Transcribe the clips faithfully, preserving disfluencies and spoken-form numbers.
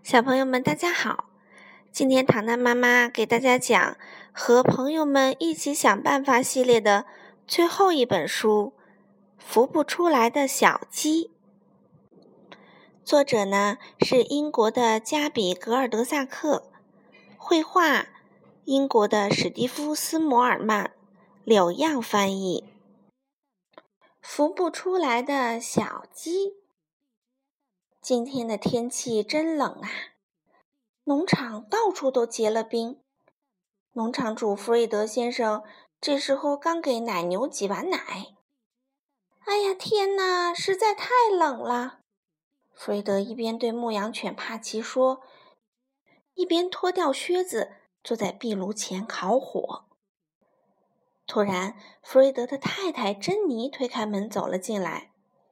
小朋友们大家好，今天糖糖妈妈给大家讲和朋友们一起想办法系列的最后一本书孵不出来的小鸡。作者呢是英国的加比格尔德萨克，绘画英国的史蒂夫斯摩尔曼，柳样翻译。孵不出来的小鸡。今天的天气真冷啊，农场到处都结了冰。农场主弗瑞德先生这时候刚给奶牛挤完奶。哎呀，天哪，实在太冷了！弗瑞德一边对牧羊犬帕奇说，一边脱掉靴子坐在壁炉前烤火。突然，弗瑞德的太太珍妮推开门走了进来。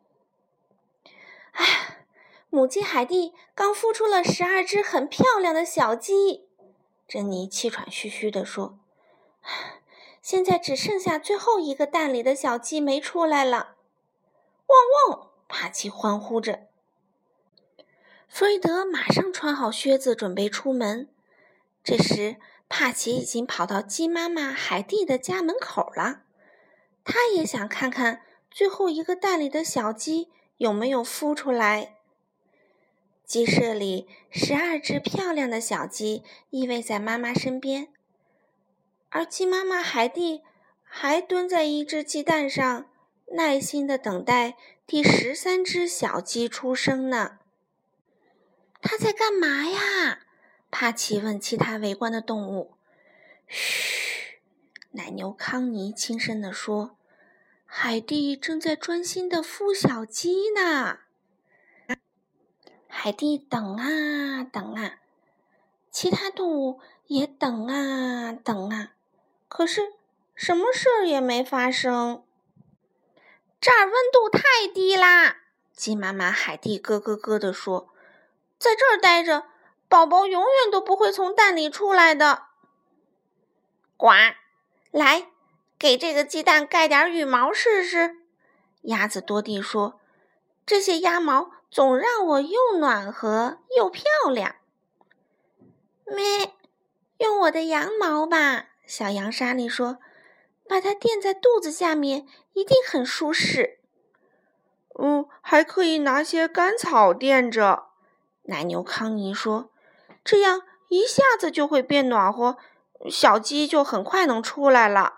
哎呀，母鸡海蒂刚孵出了十二只很漂亮的小鸡，珍妮气喘吁吁地说，现在只剩下最后一个蛋里的小鸡没出来了。汪汪，帕奇欢呼着。弗瑞德马上穿好靴子准备出门，这时帕奇已经跑到鸡妈妈海蒂的家门口了，他也想看看最后一个蛋里的小鸡有没有孵出来。鸡舍里十二只漂亮的小鸡依偎在妈妈身边，而鸡妈妈海蒂还蹲在一只鸡蛋上，耐心地等待第十三只小鸡出生呢。它在干嘛呀？帕奇问其他围观的动物。嘘，奶牛康妮轻声地说，海蒂正在专心地孵小鸡呢。海蒂等啊等啊，其他动物也等啊等啊，可是什么事儿也没发生。这儿温度太低啦，鸡妈妈海蒂咯咯咯地说，在这儿待着，宝宝永远都不会从蛋里出来的。呱，来，给这个鸡蛋盖点羽毛试试。鸭子多蒂说，这些鸭毛总让我又暖和又漂亮。咩，用我的羊毛吧，小羊莎莉说，把它垫在肚子下面一定很舒适。嗯，还可以拿些干草垫着，奶牛康妮说，这样一下子就会变暖和，小鸡就很快能出来了。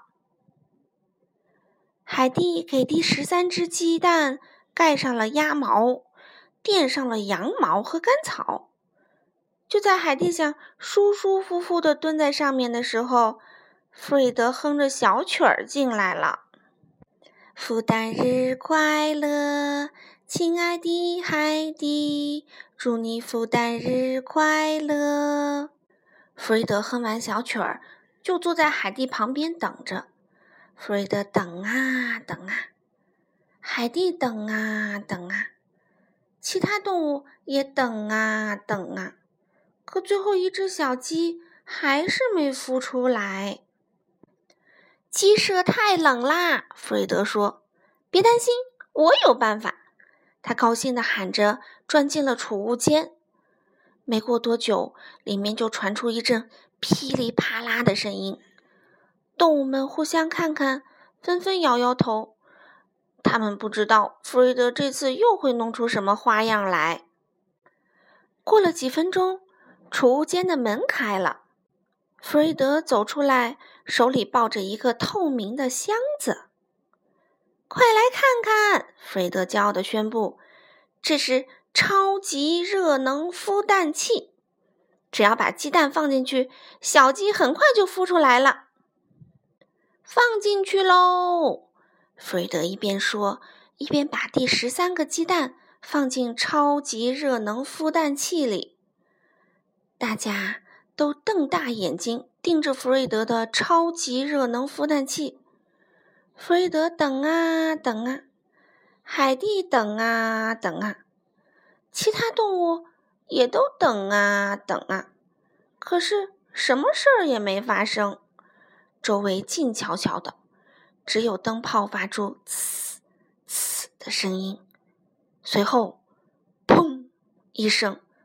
海蒂给第十三只鸡蛋盖上了鸭毛，垫上了羊毛和干草。就在海蒂想舒舒服服地蹲在上面的时候，弗瑞德哼着小曲儿进来了。孵蛋日快乐，亲爱的海蒂，祝你孵蛋日快乐。弗瑞德哼完小曲儿，就坐在海蒂旁边等着。弗瑞德等啊等啊，海蒂等啊等啊，其他动物也等啊等啊，可最后一只小鸡还是没孵出来。鸡舍太冷啦，弗瑞德说，别担心，我有办法。他高兴地喊着，钻进了储物间。没过多久，里面就传出一阵噼里啪啦的声音。动物们互相看看，纷纷摇摇头。他们不知道弗瑞德这次又会弄出什么花样来。过了几分钟，储物间的门开了，弗瑞德走出来，手里抱着一个透明的箱子。快来看看，弗瑞德骄傲地宣布，这是超级热能孵蛋器，只要把鸡蛋放进去，小鸡很快就孵出来了。放进去喽！弗瑞德一边说，一边把第十三个鸡蛋放进超级热能孵蛋器里。大家都瞪大眼睛盯着弗瑞德的超级热能孵蛋器。弗瑞德等啊等啊，海蒂等啊等啊，其他动物也都等啊等啊，可是什么事儿也没发生。周围静悄悄的，只有灯泡发出呲呲的声音。随后，砰一声，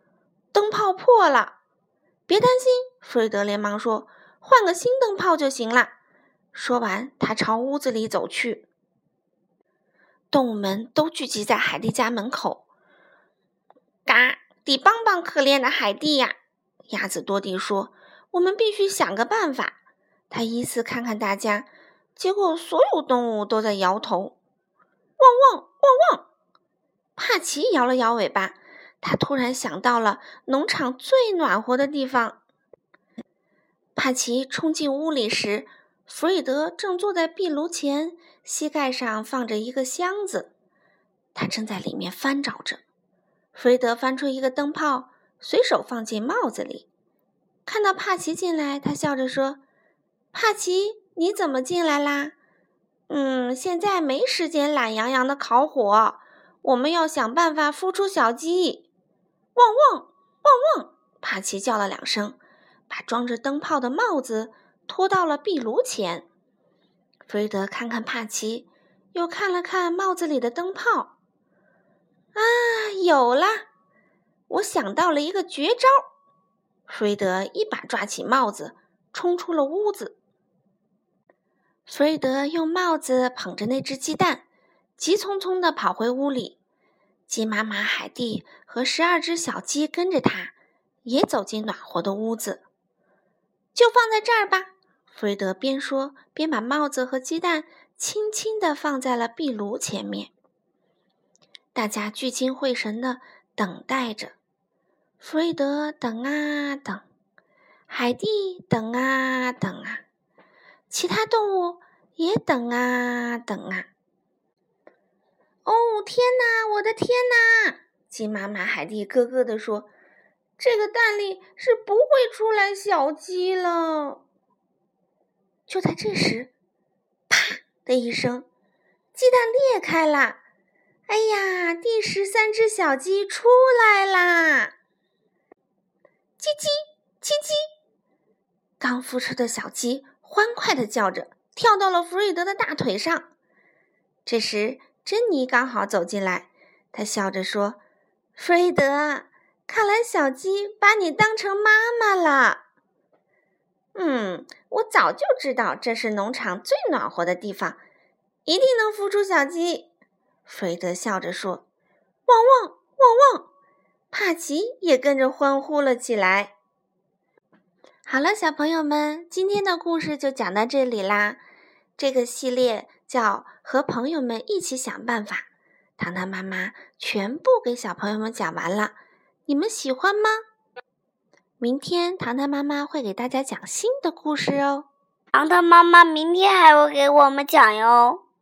灯泡破了。别担心，弗瑞德连忙说，换个新灯泡就行了。说完，他朝屋子里走去。动物们都聚集在海蒂家门口。嘎，得帮帮可怜的海蒂呀！鸭子多蒂说，我们必须想个办法。他依次看看大家，结果所有动物都在摇头。汪汪汪汪！帕奇摇了摇尾巴，他突然想到了农场最暖和的地方。帕奇冲进屋里时，弗瑞德正坐在壁炉前，膝盖上放着一个箱子，他正在里面翻找着。弗瑞德翻出一个灯泡，随手放进帽子里。看到帕奇进来，他笑着说，帕奇，你怎么进来啦？嗯，现在没时间懒洋洋的烤火，我们要想办法孵出小鸡。汪汪汪汪！帕奇叫了两声，把装着灯泡的帽子拖到了壁炉前。弗瑞德看看帕奇，又看了看帽子里的灯泡。啊，有了！我想到了一个绝招。弗瑞德一把抓起帽子，冲出了屋子。弗瑞德用帽子捧着那只鸡蛋，急匆匆地跑回屋里。鸡妈妈海蒂和十二只小鸡跟着他，也走进暖和的屋子。就放在这儿吧，弗瑞德边说边把帽子和鸡蛋轻轻地放在了壁炉前面。大家聚精会神地等待着。弗瑞德等啊等，海蒂等啊等啊，其他动物也等啊等啊。哦，天哪，我的天哪！鸡妈妈海蒂咯咯地说，这个蛋里是不会出来小鸡了。就在这时，啪的一声，鸡蛋裂开了。哎呀，第十三只小鸡出来啦！叽叽叽叽，刚孵出的小鸡欢快地叫着，跳到了弗瑞德的大腿上。这时，珍妮刚好走进来，她笑着说，弗瑞德，看来小鸡把你当成妈妈了。嗯，我早就知道这是农场最暖和的地方，一定能孵出小鸡。弗瑞德笑着说，汪汪汪汪！帕奇也跟着欢呼了起来。好了，小朋友们，今天的故事就讲到这里啦。这个系列叫和朋友们一起想办法，糖糖妈妈全部给小朋友们讲完了，你们喜欢吗？明天糖糖妈妈会给大家讲新的故事哦。 糖糖妈妈明天还会给我们讲哟。